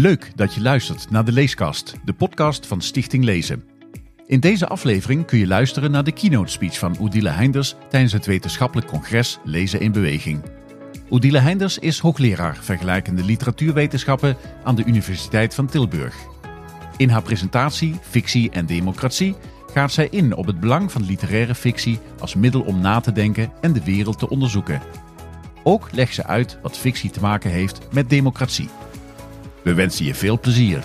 Leuk dat je luistert naar de Leeskast, de podcast van Stichting Lezen. In deze aflevering kun je luisteren naar de keynote speech van Odile Heinders tijdens het wetenschappelijk congres Lezen in Beweging. Odile Heinders is hoogleraar vergelijkende literatuurwetenschappen aan de Universiteit van Tilburg. In haar presentatie Fictie en Democratie gaat zij in op het belang van literaire fictie als middel om na te denken en de wereld te onderzoeken. Ook legt ze uit wat fictie te maken heeft met democratie. We wensen je veel plezier.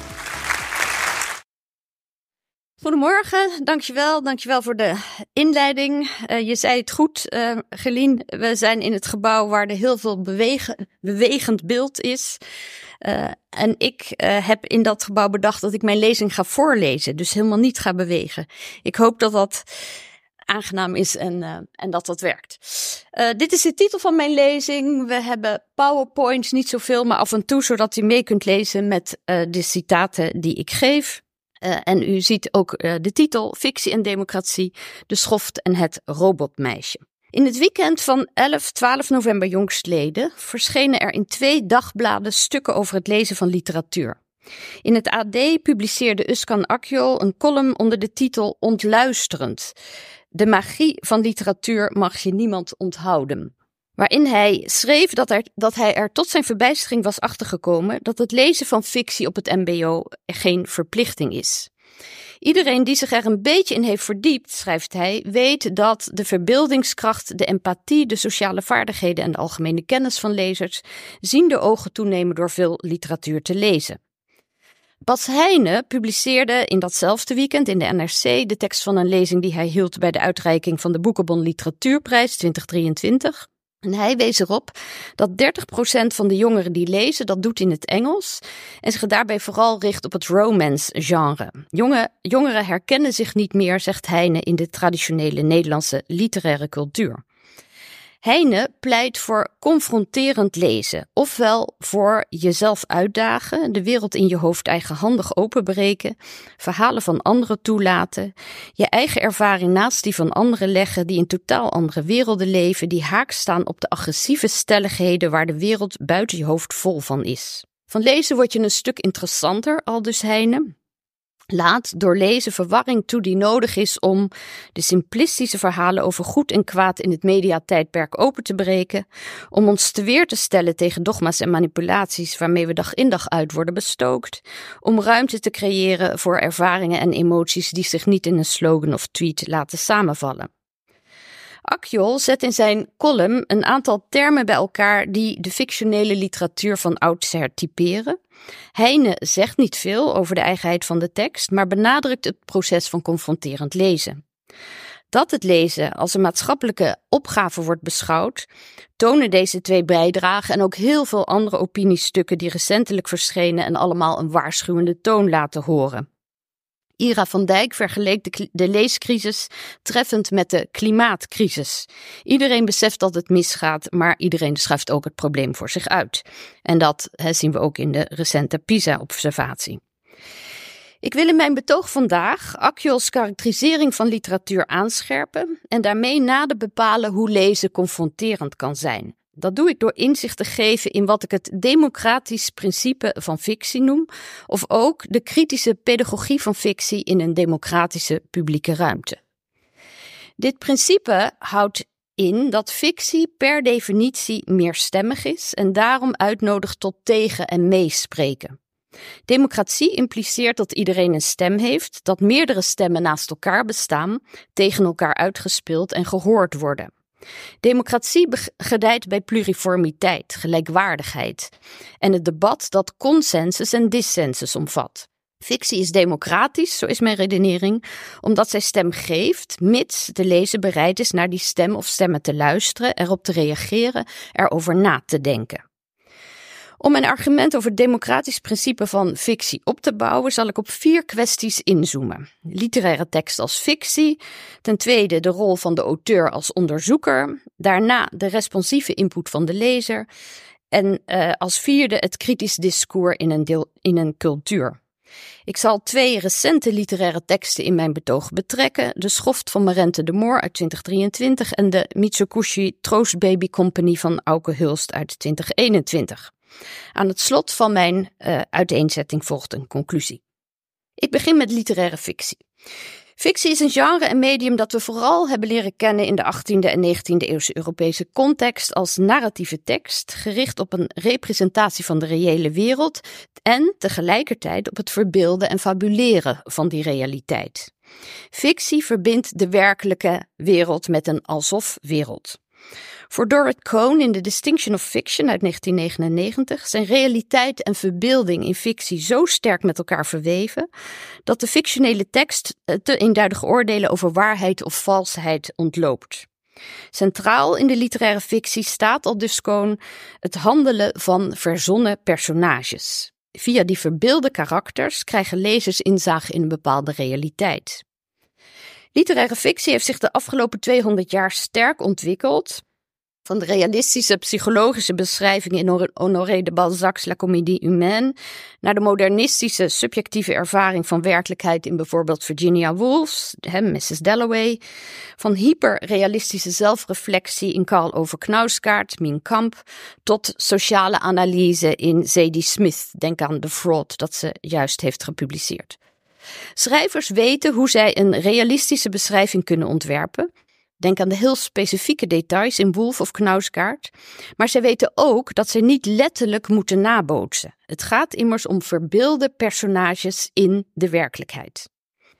Goedemorgen, dankjewel voor de inleiding. Je zei het goed, Gelien, we zijn in het gebouw waar er heel veel bewegend beeld is. En ik heb in dat gebouw bedacht dat ik mijn lezing ga voorlezen, dus helemaal niet ga bewegen. Ik hoop dat dat aangenaam is en dat dat werkt. Dit is de titel van mijn lezing. We hebben PowerPoints, niet zoveel, maar af en toe, zodat u mee kunt lezen met de citaten die ik geef. En u ziet ook de titel Fictie en Democratie, de schoft en het robotmeisje. In het weekend van 11-12 november jongstleden verschenen er in 2 dagbladen stukken over het lezen van literatuur. In het AD publiceerde Özkan Akyol een column onder de titel Ontluisterend. De magie van literatuur mag je niemand onthouden. Waarin hij schreef dat hij er tot zijn verbijstering was achtergekomen dat het lezen van fictie op het mbo geen verplichting is. Iedereen die zich er een beetje in heeft verdiept, schrijft hij, weet dat de verbeeldingskracht, de empathie, de sociale vaardigheden en de algemene kennis van lezers ziende ogen toenemen door veel literatuur te lezen. Bas Heijnen publiceerde in datzelfde weekend in de NRC de tekst van een lezing die hij hield bij de uitreiking van de Boekenbon Literatuurprijs 2023. En hij wees erop dat 30% van de jongeren die lezen dat doet in het Engels en zich daarbij vooral richt op het romance-genre. Jongeren herkennen zich niet meer, zegt Heijnen, in de traditionele Nederlandse literaire cultuur. Heijnen pleit voor confronterend lezen, ofwel voor jezelf uitdagen, de wereld in je hoofd eigenhandig openbreken, verhalen van anderen toelaten, je eigen ervaring naast die van anderen leggen die in totaal andere werelden leven, die haaks staan op de agressieve stelligheden waar de wereld buiten je hoofd vol van is. Van lezen word je een stuk interessanter, aldus Heijnen. Laat door lezen verwarring toe die nodig is om de simplistische verhalen over goed en kwaad in het mediatijdperk open te breken, om ons te weer te stellen tegen dogma's en manipulaties waarmee we dag in dag uit worden bestookt, om ruimte te creëren voor ervaringen en emoties die zich niet in een slogan of tweet laten samenvallen. Akyol zet in zijn column een aantal termen bij elkaar die de fictionele literatuur van oudsher typeren. Heijnen zegt niet veel over de eigenheid van de tekst, maar benadrukt het proces van confronterend lezen. Dat het lezen als een maatschappelijke opgave wordt beschouwd, tonen deze 2 bijdragen en ook heel veel andere opiniestukken die recentelijk verschenen en allemaal een waarschuwende toon laten horen. Ira van Dijk vergeleek de leescrisis treffend met de klimaatcrisis. Iedereen beseft dat het misgaat, maar iedereen schuift ook het probleem voor zich uit. En dat zien we ook in de recente PISA-observatie. Ik wil in mijn betoog vandaag Akyols karakterisering van literatuur aanscherpen en daarmee nader bepalen hoe lezen confronterend kan zijn. Dat doe ik door inzicht te geven in wat ik het democratisch principe van fictie noem, of ook de kritische pedagogie van fictie in een democratische publieke ruimte. Dit principe houdt in dat fictie per definitie meerstemmig is en daarom uitnodigt tot tegen- en meespreken. Democratie impliceert dat iedereen een stem heeft, dat meerdere stemmen naast elkaar bestaan, tegen elkaar uitgespeeld en gehoord worden. Democratie gedijt bij pluriformiteit, gelijkwaardigheid en het debat dat consensus en dissensus omvat. Fictie is democratisch, zo is mijn redenering, omdat zij stem geeft, mits de lezer bereid is naar die stem of stemmen te luisteren, erop te reageren, erover na te denken. Om mijn argument over het democratisch principe van fictie op te bouwen, zal ik op 4 kwesties inzoomen. Literaire tekst als fictie, ten tweede de rol van de auteur als onderzoeker, daarna de responsieve input van de lezer en als vierde het kritisch discours in een cultuur. Ik zal 2 recente literaire teksten in mijn betoog betrekken. De Schoft van Marente de Moor uit 2023 en de Mitsukoshi Troostbaby Company van Auke Hulst uit 2021. Aan het slot van mijn uiteenzetting volgt een conclusie. Ik begin met literaire fictie. Fictie is een genre en medium dat we vooral hebben leren kennen in de 18e en 19e eeuwse Europese context als narratieve tekst, gericht op een representatie van de reële wereld en tegelijkertijd op het verbeelden en fabuleren van die realiteit. Fictie verbindt de werkelijke wereld met een alsof-wereld. Voor Dorrit Cohn in The Distinction of Fiction uit 1999 zijn realiteit en verbeelding in fictie zo sterk met elkaar verweven dat de fictionele tekst te eenduidige oordelen over waarheid of valsheid ontloopt. Centraal in de literaire fictie staat aldus Cohn het handelen van verzonnen personages. Via die verbeelde karakters krijgen lezers inzage in een bepaalde realiteit. Literaire fictie heeft zich de afgelopen 200 jaar sterk ontwikkeld. Van de realistische psychologische beschrijvingen in Honoré de Balzac's La Comédie Humaine naar de modernistische subjectieve ervaring van werkelijkheid in bijvoorbeeld Virginia Woolf's, Mrs. Dalloway, van hyperrealistische zelfreflectie in Karl Ove Knausgaard, Mein Kampf, tot sociale analyse in Zadie Smith, denk aan The Fraud dat ze juist heeft gepubliceerd. Schrijvers weten hoe zij een realistische beschrijving kunnen ontwerpen. Denk aan de heel specifieke details in Woolf of Knausgaard. Maar zij weten ook dat ze niet letterlijk moeten nabootsen. Het gaat immers om verbeelde personages in de werkelijkheid.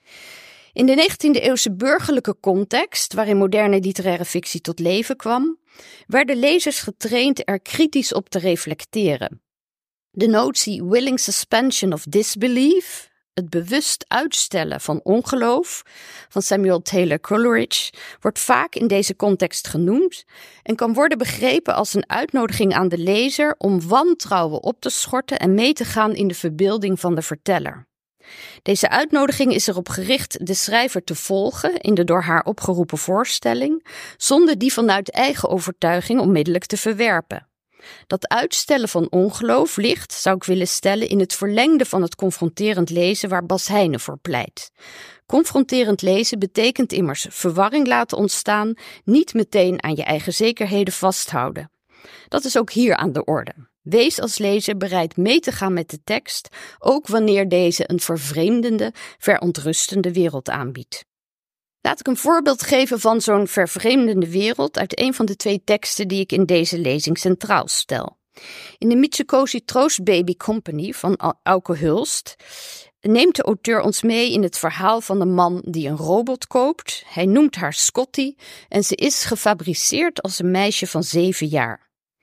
In de 19e eeuwse burgerlijke context, waarin moderne literaire fictie tot leven kwam, werden lezers getraind er kritisch op te reflecteren. De notie willing suspension of disbelief, het bewust uitstellen van ongeloof, van Samuel Taylor Coleridge, wordt vaak in deze context genoemd en kan worden begrepen als een uitnodiging aan de lezer om wantrouwen op te schorten en mee te gaan in de verbeelding van de verteller. Deze uitnodiging is erop gericht de schrijver te volgen in de door haar opgeroepen voorstelling, zonder die vanuit eigen overtuiging onmiddellijk te verwerpen. Dat uitstellen van ongeloof ligt, zou ik willen stellen, in het verlengde van het confronterend lezen waar Bas Heijnen voor pleit. Confronterend lezen betekent immers verwarring laten ontstaan, niet meteen aan je eigen zekerheden vasthouden. Dat is ook hier aan de orde. Wees als lezer bereid mee te gaan met de tekst, ook wanneer deze een vervreemdende, verontrustende wereld aanbiedt. Laat ik een voorbeeld geven van zo'n vervreemdende wereld uit een van de 2 teksten die ik in deze lezing centraal stel. In de Mitsukoshi Troostbaby Company van Auke Hulst neemt de auteur ons mee in het verhaal van een man die een robot koopt. Hij noemt haar Scotty en ze is gefabriceerd als een meisje van 7 jaar.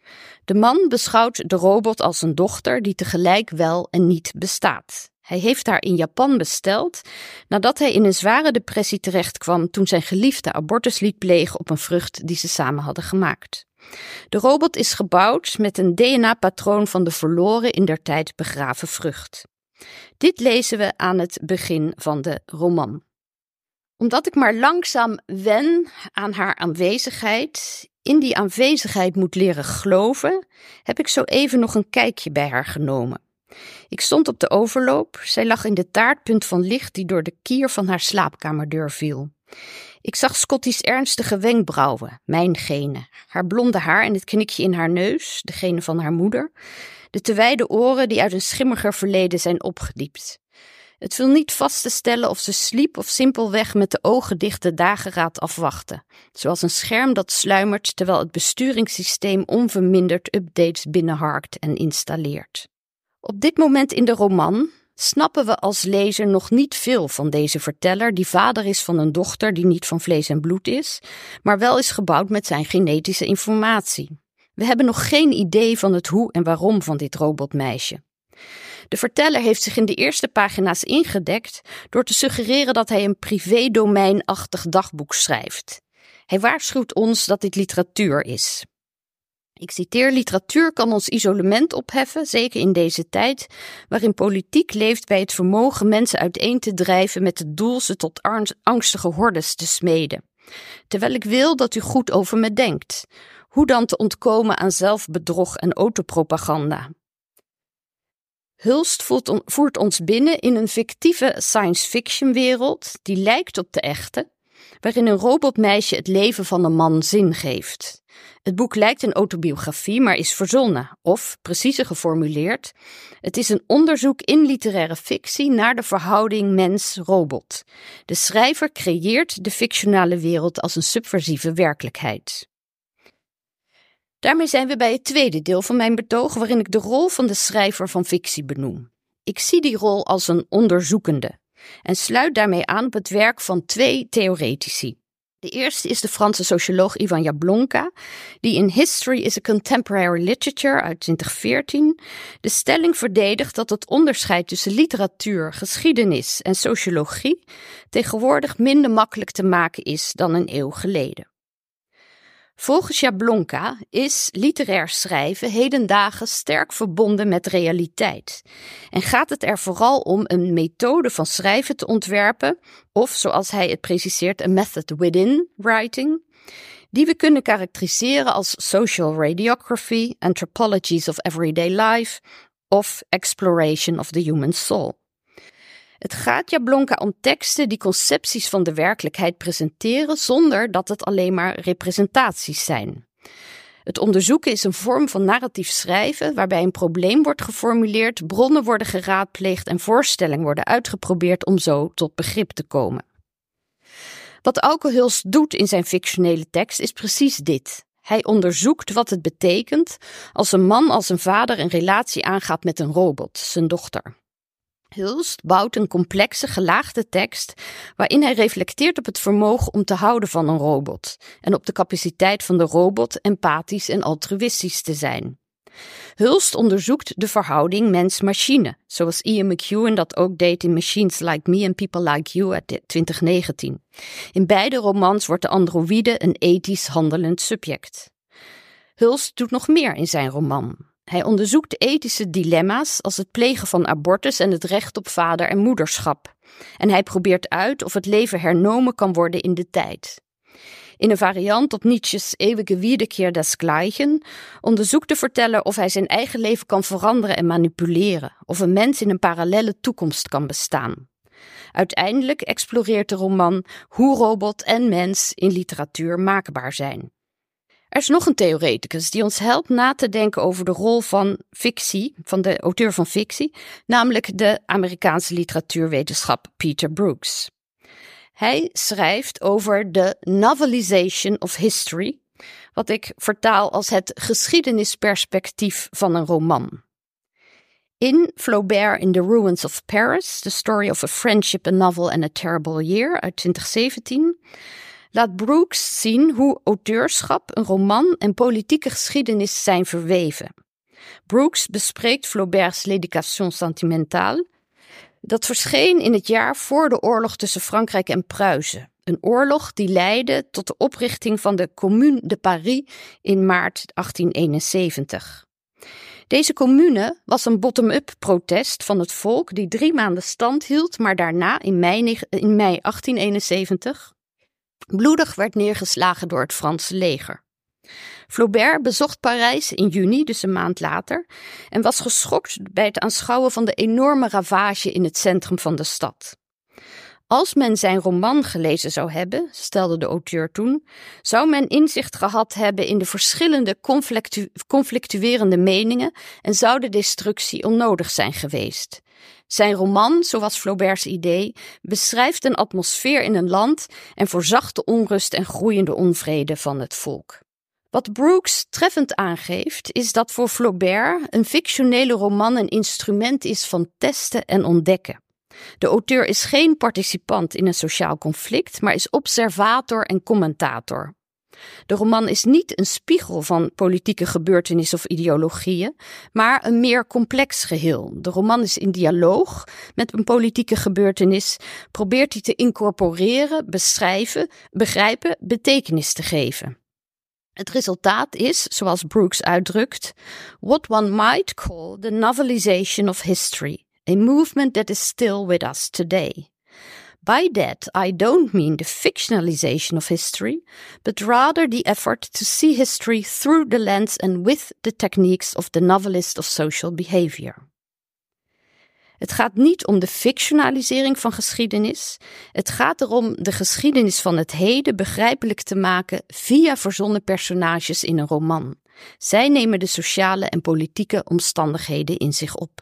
De man beschouwt de robot als een dochter die tegelijk wel en niet bestaat. Hij heeft haar in Japan besteld nadat hij in een zware depressie terechtkwam toen zijn geliefde abortus liet plegen op een vrucht die ze samen hadden gemaakt. De robot is gebouwd met een DNA-patroon van de verloren indertijd begraven vrucht. Dit lezen we aan het begin van de roman. Omdat ik maar langzaam wen aan haar aanwezigheid, in die aanwezigheid moet leren geloven, heb ik zo even nog een kijkje bij haar genomen. Ik stond op de overloop, zij lag in de taartpunt van licht die door de kier van haar slaapkamerdeur viel. Ik zag Scotty's ernstige wenkbrauwen, mijn gene, haar blonde haar en het knikje in haar neus, de gene van haar moeder, de te wijde oren die uit een schimmiger verleden zijn opgediept. Het viel niet vast te stellen of ze sliep of simpelweg met de ogen dicht de dageraad afwachtte, zoals een scherm dat sluimert terwijl het besturingssysteem onverminderd updates binnenharkt en installeert. Op dit moment in de roman snappen we als lezer nog niet veel van deze verteller die vader is van een dochter die niet van vlees en bloed is, maar wel is gebouwd met zijn genetische informatie. We hebben nog geen idee van het hoe en waarom van dit robotmeisje. De verteller heeft zich in de eerste pagina's ingedekt door te suggereren dat hij een privédomeinachtig dagboek schrijft. Hij waarschuwt ons dat dit literatuur is. Ik citeer: literatuur kan ons isolement opheffen, zeker in deze tijd, waarin politiek leeft bij het vermogen mensen uiteen te drijven met het doel ze tot angstige hordes te smeden. Terwijl ik wil dat u goed over me denkt. Hoe dan te ontkomen aan zelfbedrog en autopropaganda? Hulst voert ons binnen in een fictieve science-fiction wereld die lijkt op de echte, waarin een robotmeisje het leven van een man zin geeft. Het boek lijkt een autobiografie, maar is verzonnen. Of, preciezer geformuleerd, het is een onderzoek in literaire fictie naar de verhouding mens-robot. De schrijver creëert de fictionale wereld als een subversieve werkelijkheid. Daarmee zijn we bij het tweede deel van mijn betoog, waarin ik de rol van de schrijver van fictie benoem. Ik zie die rol als een onderzoekende en sluit daarmee aan op het werk van 2 theoretici. De eerste is de Franse socioloog Ivan Jablonka, die in History is a Contemporary Literature uit 2014 de stelling verdedigt dat het onderscheid tussen literatuur, geschiedenis en sociologie tegenwoordig minder makkelijk te maken is dan een eeuw geleden. Volgens Jablonka is literair schrijven hedendagen sterk verbonden met realiteit en gaat het er vooral om een methode van schrijven te ontwerpen, of zoals hij het preciseert, a method within writing, die we kunnen karakteriseren als social radiography, anthropologies of everyday life of exploration of the human soul. Het gaat Jablonka om teksten die concepties van de werkelijkheid presenteren zonder dat het alleen maar representaties zijn. Het onderzoeken is een vorm van narratief schrijven waarbij een probleem wordt geformuleerd, bronnen worden geraadpleegd en voorstellingen worden uitgeprobeerd om zo tot begrip te komen. Wat Auke Hulst doet in zijn fictionele tekst is precies dit. Hij onderzoekt wat het betekent als een man als een vader een relatie aangaat met een robot, zijn dochter. Hulst bouwt een complexe, gelaagde tekst waarin hij reflecteert op het vermogen om te houden van een robot en op de capaciteit van de robot empathisch en altruïstisch te zijn. Hulst onderzoekt de verhouding mens-machine, zoals Ian McEwan dat ook deed in Machines Like Me and People Like You uit 2019. In beide romans wordt de androïde een ethisch handelend subject. Hulst doet nog meer in zijn roman. Hij onderzoekt ethische dilemma's als het plegen van abortus en het recht op vader- en moederschap. En hij probeert uit of het leven hernomen kan worden in de tijd. In een variant op Nietzsche's eeuwige Wiederkehr des Gleichen onderzoekt de verteller of hij zijn eigen leven kan veranderen en manipuleren, of een mens in een parallelle toekomst kan bestaan. Uiteindelijk exploreert de roman hoe robot en mens in literatuur maakbaar zijn. Er is nog een theoreticus die ons helpt na te denken over de rol van fictie, van de auteur van fictie, namelijk de Amerikaanse literatuurwetenschap Peter Brooks. Hij schrijft over de novelization of history, wat ik vertaal als het geschiedenisperspectief van een roman. In Flaubert in The Ruins of Paris, The Story of a Friendship, a Novel and a Terrible Year uit 2017... laat Brooks zien hoe auteurschap, een roman en politieke geschiedenis zijn verweven. Brooks bespreekt Flaubert's L'Éducation sentimentale. Dat verscheen in het jaar voor de oorlog tussen Frankrijk en Pruisen. Een oorlog die leidde tot de oprichting van de Commune de Paris in maart 1871. Deze commune was een bottom-up protest van het volk die 3 maanden stand hield, maar daarna in mei 1871... bloedig werd neergeslagen door het Franse leger. Flaubert bezocht Parijs in juni, dus een maand later, en was geschokt bij het aanschouwen van de enorme ravage in het centrum van de stad. Als men zijn roman gelezen zou hebben, stelde de auteur toen, zou men inzicht gehad hebben in de verschillende conflictuerende meningen en zou de destructie onnodig zijn geweest. Zijn roman, zo was Flaubert's idee, beschrijft een atmosfeer in een land en voorzacht de onrust en groeiende onvrede van het volk. Wat Brooks treffend aangeeft, is dat voor Flaubert een fictionele roman een instrument is van testen en ontdekken. De auteur is geen participant in een sociaal conflict, maar is observator en commentator. De roman is niet een spiegel van politieke gebeurtenissen of ideologieën, maar een meer complex geheel. De roman is in dialoog met een politieke gebeurtenis, probeert die te incorporeren, beschrijven, begrijpen, betekenis te geven. Het resultaat is, zoals Brooks uitdrukt, what one might call the novelization of history, a movement that is still with us today. By that, I don't mean the fictionalization of history, but rather the effort to see history through the lens and with the techniques of the novelist of social behavior. Het gaat niet om de fictionalisering van geschiedenis. Het gaat erom de geschiedenis van het heden begrijpelijk te maken via verzonnen personages in een roman. Zij nemen de sociale en politieke omstandigheden in zich op.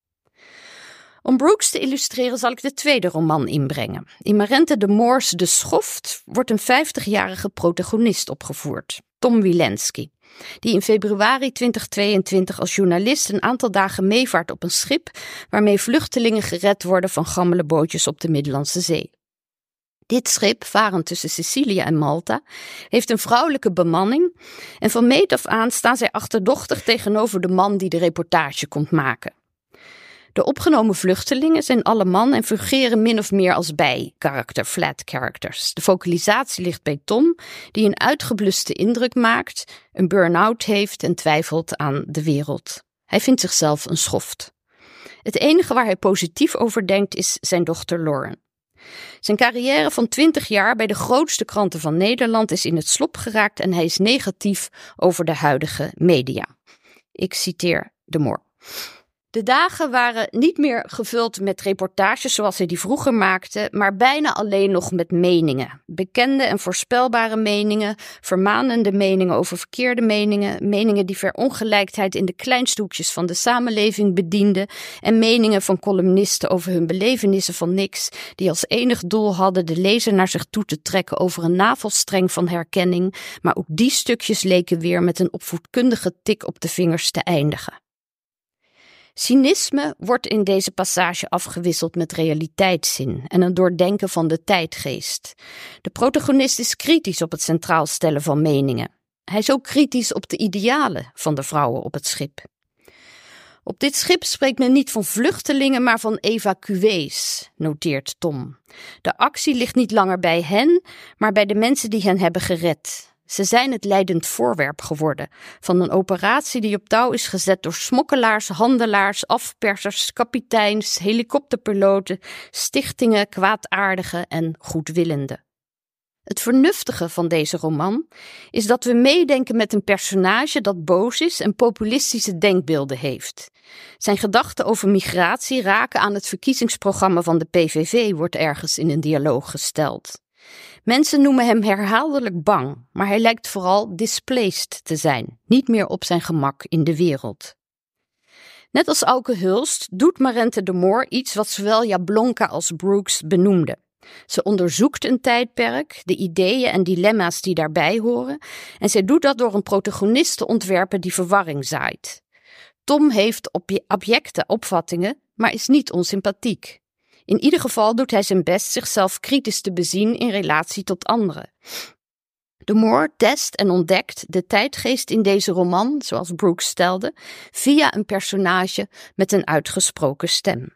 Om Brooks te illustreren zal ik de tweede roman inbrengen. In Marente de Moor's De Schoft wordt een 50-jarige protagonist opgevoerd, Tom Wilenski, die in februari 2022 als journalist een aantal dagen meevaart op een schip waarmee vluchtelingen gered worden van gammele bootjes op de Middellandse Zee. Dit schip, varend tussen Sicilië en Malta, heeft een vrouwelijke bemanning en van meet af aan staan zij achterdochtig tegenover de man die de reportage komt maken. De opgenomen vluchtelingen zijn alle man en fungeren min of meer als flat characters. De focalisatie ligt bij Tom, die een uitgebluste indruk maakt, een burn-out heeft en twijfelt aan de wereld. Hij vindt zichzelf een schoft. Het enige waar hij positief over denkt is zijn dochter Lauren. Zijn carrière van 20 jaar bij de grootste kranten van Nederland is in het slop geraakt en hij is negatief over de huidige media. Ik citeer de Moor. De dagen waren niet meer gevuld met reportages zoals hij die vroeger maakte, maar bijna alleen nog met meningen. Bekende en voorspelbare meningen, vermanende meningen over verkeerde meningen, meningen die verongelijkheid in de kleinste hoekjes van de samenleving bedienden en meningen van columnisten over hun belevenissen van niks, die als enig doel hadden de lezer naar zich toe te trekken over een navelstreng van herkenning, maar ook die stukjes leken weer met een opvoedkundige tik op de vingers te eindigen. Cynisme wordt in deze passage afgewisseld met realiteitszin en een doordenken van de tijdgeest. De protagonist is kritisch op het centraal stellen van meningen. Hij is ook kritisch op de idealen van de vrouwen op het schip. Op dit schip spreekt men niet van vluchtelingen, maar van evacuees, noteert Tom. De actie ligt niet langer bij hen, maar bij de mensen die hen hebben gered. Ze zijn het leidend voorwerp geworden van een operatie die op touw is gezet door smokkelaars, handelaars, afpersers, kapiteins, helikopterpiloten, stichtingen, kwaadaardigen en goedwillenden. Het vernuftige van deze roman is dat we meedenken met een personage dat boos is en populistische denkbeelden heeft. Zijn gedachten over migratie raken aan het verkiezingsprogramma van de PVV, wordt ergens in een dialoog gesteld. Mensen noemen hem herhaaldelijk bang, maar hij lijkt vooral displaced te zijn, niet meer op zijn gemak in de wereld. Net als Auke Hulst doet Marente de Moor iets wat zowel Jablonka als Brooks benoemde. Ze onderzoekt een tijdperk, de ideeën en dilemma's die daarbij horen, en zij doet dat door een protagonist te ontwerpen die verwarring zaait. Tom heeft abjecte opvattingen, maar is niet onsympathiek. In ieder geval doet hij zijn best zichzelf kritisch te bezien in relatie tot anderen. De Moor test en ontdekt de tijdgeest in deze roman, zoals Brooks stelde, via een personage met een uitgesproken stem.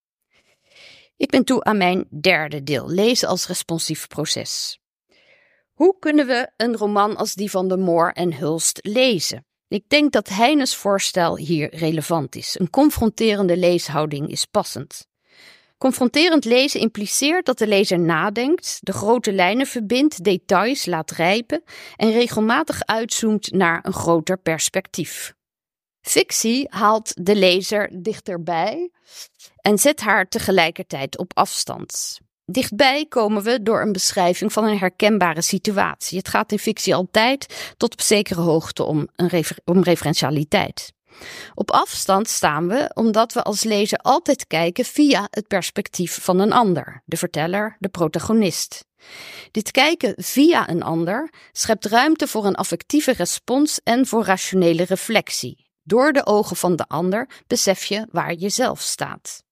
Ik ben toe aan mijn derde deel, lezen als responsief proces. Hoe kunnen we een roman als die van de Moor en Hulst lezen? Ik denk dat Heine's voorstel hier relevant is. Een confronterende leeshouding is passend. Confronterend lezen impliceert dat de lezer nadenkt, de grote lijnen verbindt, details laat rijpen en regelmatig uitzoomt naar een groter perspectief. Fictie haalt de lezer dichterbij en zet haar tegelijkertijd op afstand. Dichtbij komen we door een beschrijving van een herkenbare situatie. Het gaat in fictie altijd tot op zekere hoogte om referentialiteit. Op afstand staan we omdat we als lezer altijd kijken via het perspectief van een ander, de verteller, de protagonist. Dit kijken via een ander schept ruimte voor een affectieve respons en voor rationele reflectie. Door de ogen van de ander besef je waar je zelf staat.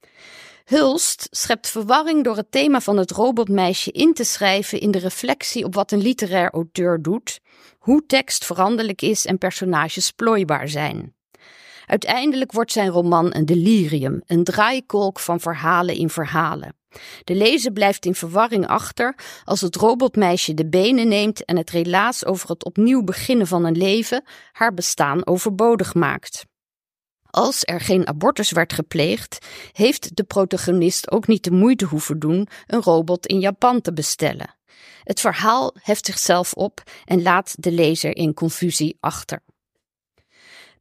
Hulst schept verwarring door het thema van het robotmeisje in te schrijven in de reflectie op wat een literair auteur doet, hoe tekst veranderlijk is en personages plooibaar zijn. Uiteindelijk wordt zijn roman een delirium, een draaikolk van verhalen in verhalen. De lezer blijft in verwarring achter als het robotmeisje de benen neemt en het relaas over het opnieuw beginnen van een leven haar bestaan overbodig maakt. Als er geen abortus werd gepleegd, heeft de protagonist ook niet de moeite hoeven doen een robot in Japan te bestellen. Het verhaal heft zichzelf op en laat de lezer in confusie achter.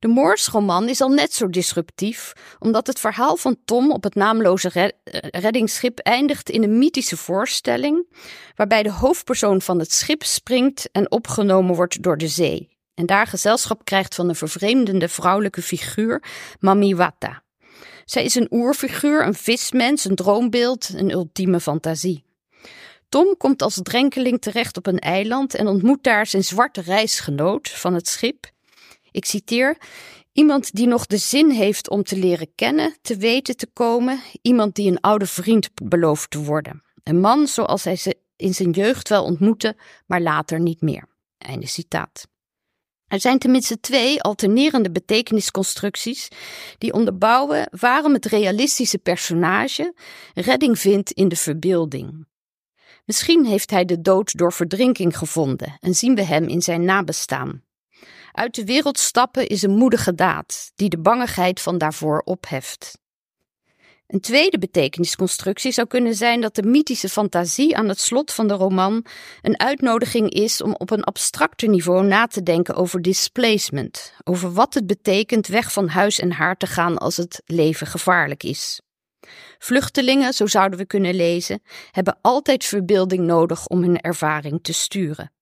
De Moors-roman is al net zo disruptief, omdat het verhaal van Tom op het naamloze reddingsschip eindigt in een mythische voorstelling, waarbij de hoofdpersoon van het schip springt en opgenomen wordt door de zee, en daar gezelschap krijgt van een vervreemdende vrouwelijke figuur, Mamiwata. Zij is een oerfiguur, een vismens, een droombeeld, een ultieme fantasie. Tom komt als drenkeling terecht op een eiland en ontmoet daar zijn zwarte reisgenoot van het schip. Ik citeer: iemand die nog de zin heeft om te leren kennen, te weten te komen, iemand die een oude vriend belooft te worden. Een man zoals hij ze in zijn jeugd wel ontmoette, maar later niet meer. Einde citaat. Er zijn tenminste 2 alternerende betekenisconstructies die onderbouwen waarom het realistische personage redding vindt in de verbeelding. Misschien heeft hij de dood door verdrinking gevonden en zien we hem in zijn nabestaan. Uit de wereld stappen is een moedige daad, die de bangigheid van daarvoor opheft. Een tweede betekenisconstructie zou kunnen zijn dat de mythische fantasie aan het slot van de roman een uitnodiging is om op een abstracter niveau na te denken over displacement, over wat het betekent weg van huis en haard te gaan als het leven gevaarlijk is. Vluchtelingen, zo zouden we kunnen lezen, hebben altijd verbeelding nodig om hun ervaring te sturen.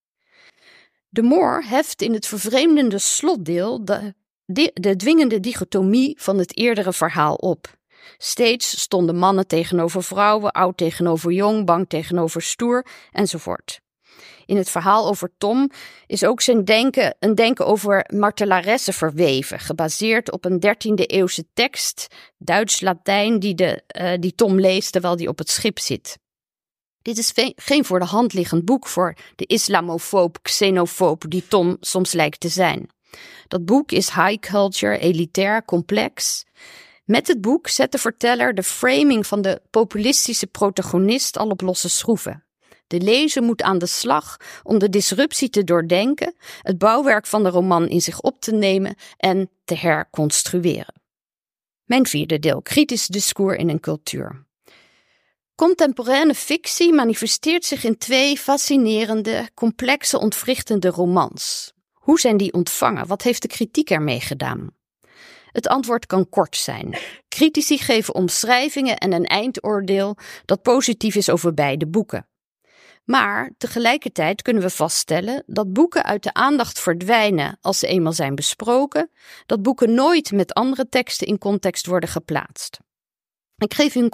De Moor heft in het vervreemdende slotdeel de dwingende dichotomie van het eerdere verhaal op. Steeds stonden mannen tegenover vrouwen, oud tegenover jong, bang tegenover stoer, enzovoort. In het verhaal over Tom is ook een denken over martelaressen verweven, gebaseerd op een 13e-eeuwse tekst, Duits-Latijn, die Tom leest terwijl hij op het schip zit. Dit is geen voor de hand liggend boek voor de islamofoob, xenofoob die Tom soms lijkt te zijn. Dat boek is high culture, elitair, complex. Met het boek zet de verteller de framing van de populistische protagonist al op losse schroeven. De lezer moet aan de slag om de disruptie te doordenken, het bouwwerk van de roman in zich op te nemen en te herconstrueren. Mijn 4e deel, kritisch discours in een cultuur. Contemporaine fictie manifesteert zich in 2 fascinerende, complexe, ontwrichtende romans. Hoe zijn die ontvangen? Wat heeft de kritiek ermee gedaan? Het antwoord kan kort zijn. Critici geven omschrijvingen en een eindoordeel dat positief is over beide boeken. Maar tegelijkertijd kunnen we vaststellen dat boeken uit de aandacht verdwijnen als ze eenmaal zijn besproken, dat boeken nooit met andere teksten in context worden geplaatst. Ik geef u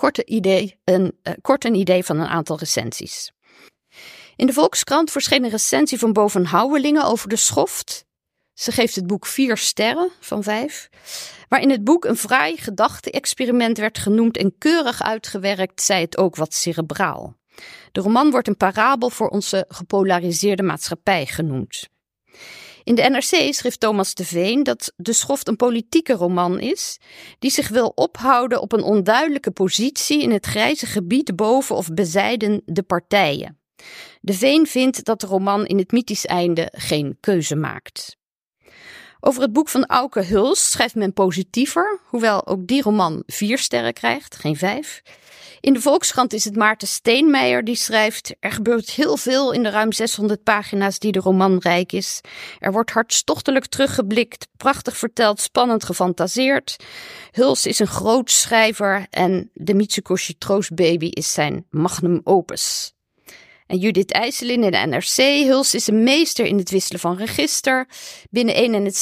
kort een idee van een aantal recensies. In de Volkskrant verscheen een recensie van Bo van Houwelingen over De Schoft. Ze geeft het boek 4 sterren van 5, waarin het boek een fraai gedachte-experiment werd genoemd en keurig uitgewerkt, zij het ook wat cerebraal. De roman wordt een parabel voor onze gepolariseerde maatschappij genoemd. In de NRC schreef Thomas de Veen dat De Schoft een politieke roman is, die zich wil ophouden op een onduidelijke positie in het grijze gebied boven of bezijden de partijen. De Veen vindt dat de roman in het mythisch einde geen keuze maakt. Over het boek van Auke Hulst schrijft men positiever, hoewel ook die roman 4 sterren krijgt, geen 5. In de Volkskrant is het Maarten Steenmeijer die schrijft: er gebeurt heel veel in de ruim 600 pagina's die de roman rijk is. Er wordt hartstochtelijk teruggeblikt, prachtig verteld, spannend gefantaseerd. Hulst is een groot schrijver en de Mitsukoshi Troostbaby is zijn magnum opus. En Judith IJsselin in de NRC. Hulst is een meester in het wisselen van register. Binnen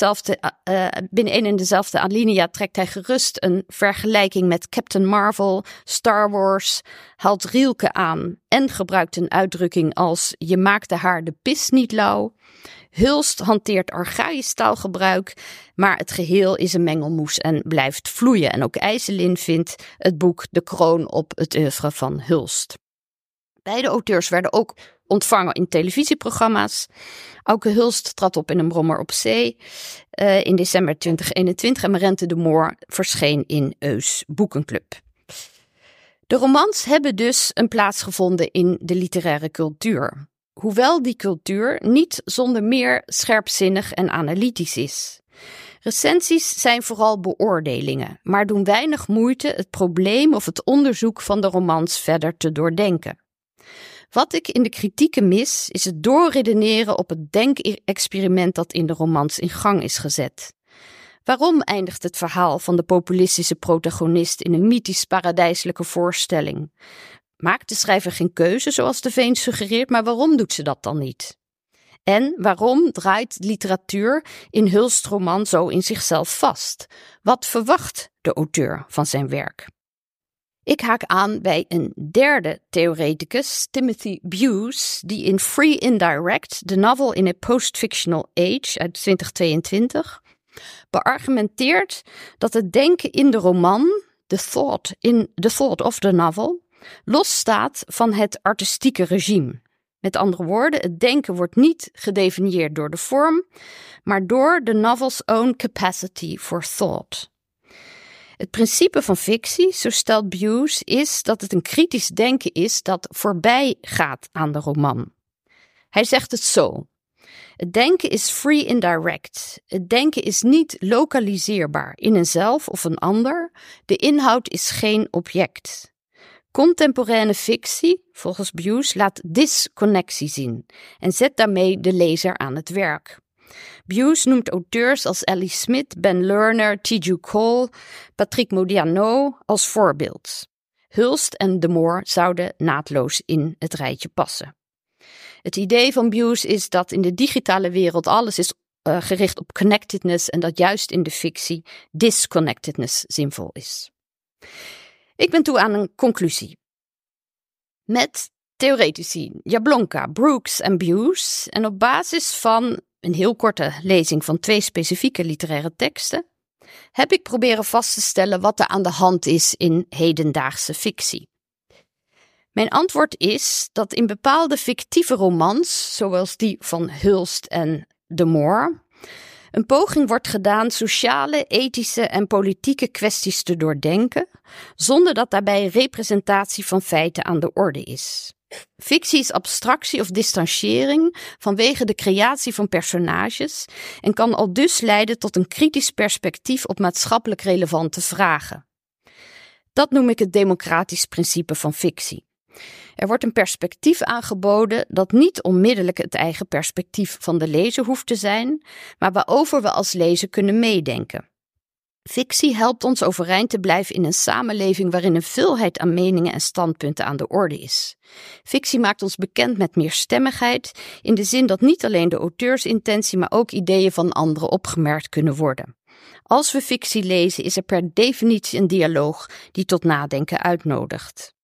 één en dezelfde alinea trekt hij gerust een vergelijking met Captain Marvel, Star Wars, haalt Rielke aan en gebruikt een uitdrukking als je maakte haar de pis niet lauw. Hulst hanteert archaïsch taalgebruik, maar het geheel is een mengelmoes en blijft vloeien. En ook IJsselin vindt het boek de kroon op het oeuvre van Hulst. Beide auteurs werden ook ontvangen in televisieprogramma's. Auke Hulst trad op in Een Brommer op Zee in december 2021 en Marente de Moor verscheen in Eus Boekenclub. De romans hebben dus een plaats gevonden in de literaire cultuur. Hoewel die cultuur niet zonder meer scherpzinnig en analytisch is. Recensies zijn vooral beoordelingen, maar doen weinig moeite het probleem of het onderzoek van de romans verder te doordenken. Wat ik in de kritieken mis, is het doorredeneren op het denkexperiment dat in de romans in gang is gezet. Waarom eindigt het verhaal van de populistische protagonist in een mythisch paradijselijke voorstelling? Maakt de schrijver geen keuze zoals de Veen suggereert, maar waarom doet ze dat dan niet? En waarom draait literatuur in Hulst's roman zo in zichzelf vast? Wat verwacht de auteur van zijn werk? Ik haak aan bij een derde theoreticus, Timothy Bewes, die in Free Indirect, de novel in a Post-Fictional Age uit 2022, beargumenteert dat het denken in de roman, the thought of the novel, losstaat van het artistieke regime. Met andere woorden, het denken wordt niet gedefinieerd door de vorm, maar door de novel's own capacity for thought. Het principe van fictie, zo stelt Bewes, is dat het een kritisch denken is dat voorbij gaat aan de roman. Hij zegt het zo. Het denken is free indirect. Het denken is niet lokaliseerbaar in een zelf of een ander. De inhoud is geen object. Contemporaine fictie, volgens Bewes, laat disconnectie zien en zet daarmee de lezer aan het werk. Bewes noemt auteurs als Ellie Smith, Ben Lerner, Teju Cole, Patrick Modiano als voorbeeld. Hulst en de Moor zouden naadloos in het rijtje passen. Het idee van Bewes is dat in de digitale wereld alles is gericht op connectedness en dat juist in de fictie disconnectedness zinvol is. Ik ben toe aan een conclusie. Met theoretici Jablonka, Brooks en Bewes en op basis van een heel korte lezing van 2 specifieke literaire teksten heb ik proberen vast te stellen wat er aan de hand is in hedendaagse fictie. Mijn antwoord is dat in bepaalde fictieve romans, zoals die van Hulst en de Moor, een poging wordt gedaan sociale, ethische en politieke kwesties te doordenken, zonder dat daarbij representatie van feiten aan de orde is. Fictie is abstractie of distantiëring vanwege de creatie van personages en kan aldus leiden tot een kritisch perspectief op maatschappelijk relevante vragen. Dat noem ik het democratisch principe van fictie. Er wordt een perspectief aangeboden dat niet onmiddellijk het eigen perspectief van de lezer hoeft te zijn, maar waarover we als lezer kunnen meedenken. Fictie helpt ons overeind te blijven in een samenleving waarin een veelheid aan meningen en standpunten aan de orde is. Fictie maakt ons bekend met meerstemmigheid, in de zin dat niet alleen de auteursintentie, maar ook ideeën van anderen opgemerkt kunnen worden. Als we fictie lezen, is er per definitie een dialoog die tot nadenken uitnodigt.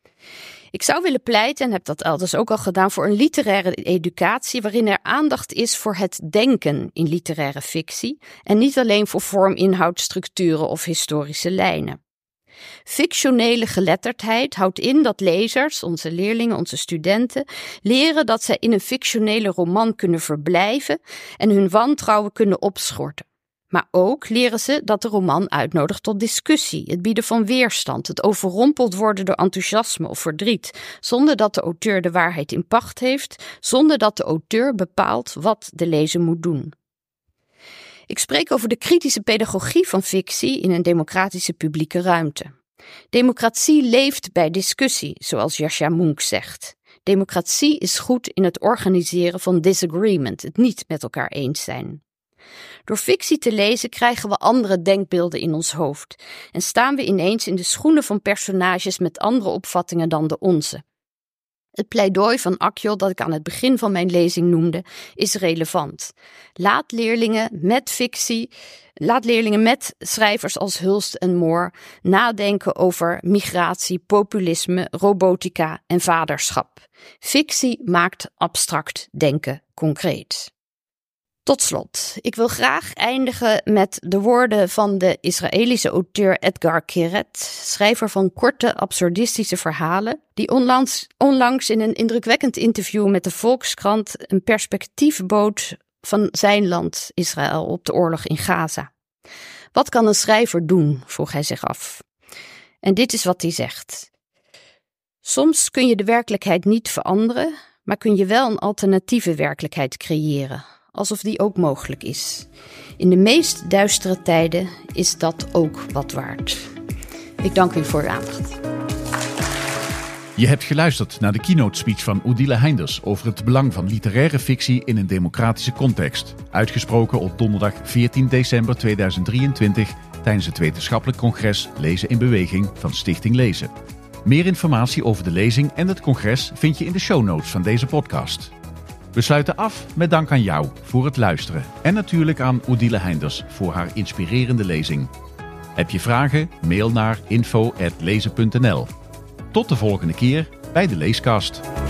Ik zou willen pleiten, en heb dat elders ook al gedaan, voor een literaire educatie waarin er aandacht is voor het denken in literaire fictie en niet alleen voor vorm, inhoud, structuren of historische lijnen. Fictionele geletterdheid houdt in dat lezers, onze leerlingen, onze studenten, leren dat zij in een fictionele roman kunnen verblijven en hun wantrouwen kunnen opschorten. Maar ook leren ze dat de roman uitnodigt tot discussie, het bieden van weerstand, het overrompeld worden door enthousiasme of verdriet, zonder dat de auteur de waarheid in pacht heeft, zonder dat de auteur bepaalt wat de lezer moet doen. Ik spreek over de kritische pedagogie van fictie in een democratische publieke ruimte. Democratie leeft bij discussie, zoals Yascha Mounk zegt. Democratie is goed in het organiseren van disagreement, het niet met elkaar eens zijn. Door fictie te lezen krijgen we andere denkbeelden in ons hoofd en staan we ineens in de schoenen van personages met andere opvattingen dan de onze. Het pleidooi van Akjol dat ik aan het begin van mijn lezing noemde, is relevant. Laat leerlingen met schrijvers als Hulst en Moor nadenken over migratie, populisme, robotica en vaderschap. Fictie maakt abstract denken concreet. Tot slot, ik wil graag eindigen met de woorden van de Israëlische auteur Edgar Keret, schrijver van korte absurdistische verhalen, die onlangs in een indrukwekkend interview met de Volkskrant een perspectief bood van zijn land, Israël, op de oorlog in Gaza. Wat kan een schrijver doen, vroeg hij zich af. En dit is wat hij zegt. Soms kun je de werkelijkheid niet veranderen, maar kun je wel een alternatieve werkelijkheid creëren. Alsof die ook mogelijk is. In de meest duistere tijden is dat ook wat waard. Ik dank u voor uw aandacht. Je hebt geluisterd naar de keynote speech van Odile Heinders over het belang van literaire fictie in een democratische context. Uitgesproken op donderdag 14 december 2023 tijdens het wetenschappelijk congres Lezen in Beweging van Stichting Lezen. Meer informatie over de lezing en het congres vind je in de show notes van deze podcast. We sluiten af met dank aan jou voor het luisteren en natuurlijk aan Odile Heinders voor haar inspirerende lezing. Heb je vragen? Mail naar info@lezen.nl. Tot de volgende keer bij de Leeskast.